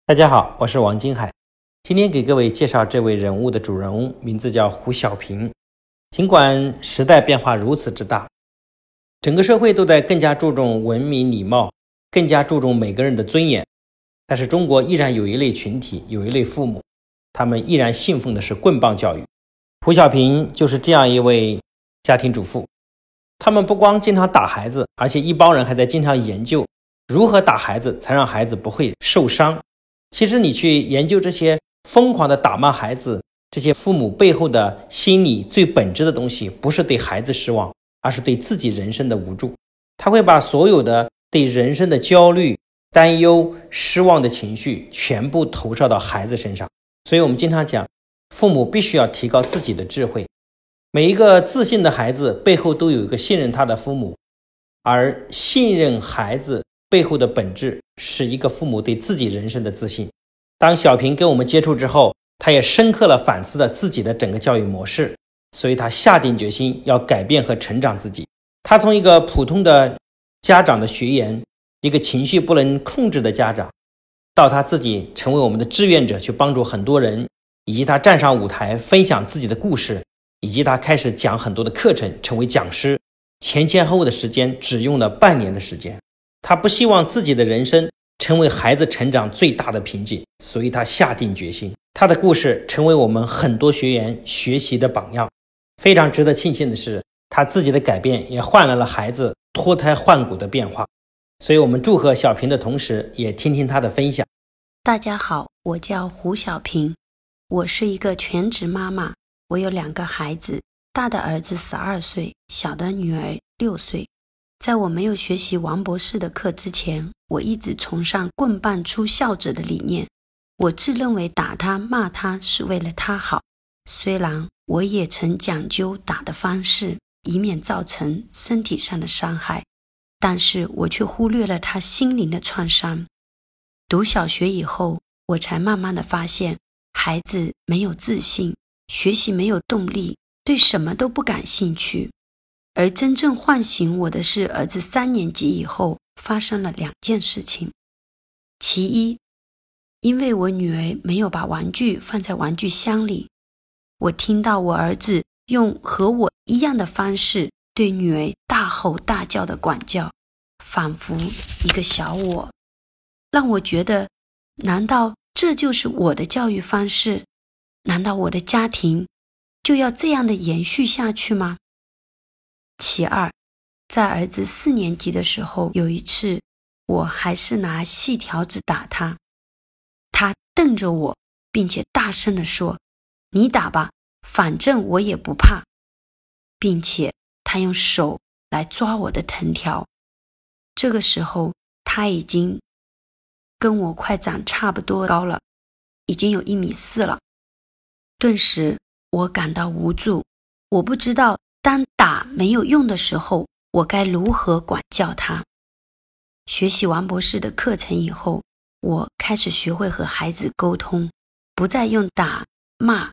大家好，我是王金海。今天给各位介绍这位人物的主人翁，名字叫胡小平。尽管时代变化如此之大，整个社会都在更加注重文明礼貌，更加注重每个人的尊严，但是中国依然有一类群体，有一类父母，他们依然信奉的是棍棒教育。胡小平就是这样一位家庭主妇。他们不光经常打孩子，而且一帮人还在经常研究如何打孩子才让孩子不会受伤。其实你去研究这些疯狂的打骂孩子，这些父母背后的心理最本质的东西，不是对孩子失望，而是对自己人生的无助。他会把所有的对人生的焦虑、担忧、失望的情绪全部投射到孩子身上。所以我们经常讲，父母必须要提高自己的智慧。每一个自信的孩子背后都有一个信任他的父母，而信任孩子背后的本质是一个父母对自己人生的自信。当小平跟我们接触之后，他也深刻地反思了自己的整个教育模式，所以他下定决心要改变和成长自己。他从一个普通的家长的学员，一个情绪不能控制的家长，到他自己成为我们的志愿者，去帮助很多人，以及他站上舞台分享自己的故事，以及他开始讲很多的课程，成为讲师。前后的时间只用了半年的时间。他不希望自己的人生成为孩子成长最大的瓶颈，所以他下定决心。他的故事成为我们很多学员学习的榜样。非常值得庆幸的是，他自己的改变也换来了孩子脱胎换骨的变化。所以我们祝贺小平的同时，也听听他的分享。 大家好，我叫胡小平，我是一个全职妈妈，我有2个孩子，大的儿子12岁，小的女儿6岁。在我没有学习王博士的课之前，我一直崇尚棍棒出孝子的理念。我自认为打他骂他是为了他好，虽然我也曾讲究打的方式，以免造成身体上的伤害，但是我却忽略了他心灵的创伤。读小学以后，我才慢慢的发现，孩子没有自信，学习没有动力，对什么都不感兴趣。而真正唤醒我的是儿子3年级以后发生了2件事情。其一，因为我女儿没有把玩具放在玩具箱里，我听到我儿子用和我一样的方式对女儿大吼大叫的管教，仿佛一个小我，让我觉得，难道这就是我的教育方式？难道我的家庭就要这样的延续下去吗？其二，在儿子4年级的时候，有一次我还是拿细条子打他，他瞪着我，并且大声地说，你打吧，反正我也不怕，并且他用手来抓我的藤条。这个时候他已经跟我快长差不多高了，已经有1.4米了。顿时我感到无助，我不知道当打没有用的时候，我该如何管教他。学习王博士的课程以后，我开始学会和孩子沟通，不再用打骂。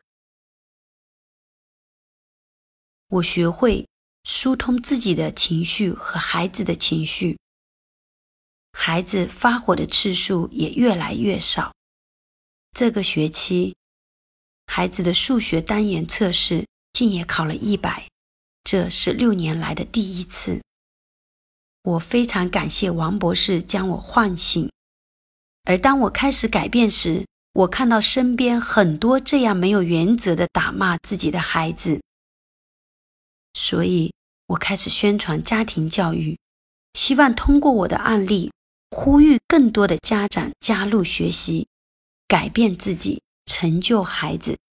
我学会疏通自己的情绪和孩子的情绪，孩子发火的次数也越来越少。这个学期，孩子的数学单元测试竟也考了100，这是6年来的第一次。我非常感谢王博士将我唤醒，而当我开始改变时，我看到身边很多这样没有原则的打骂自己的孩子，所以我开始宣传家庭教育，希望通过我的案例，呼吁更多的家长加入学习，改变自己，成就孩子。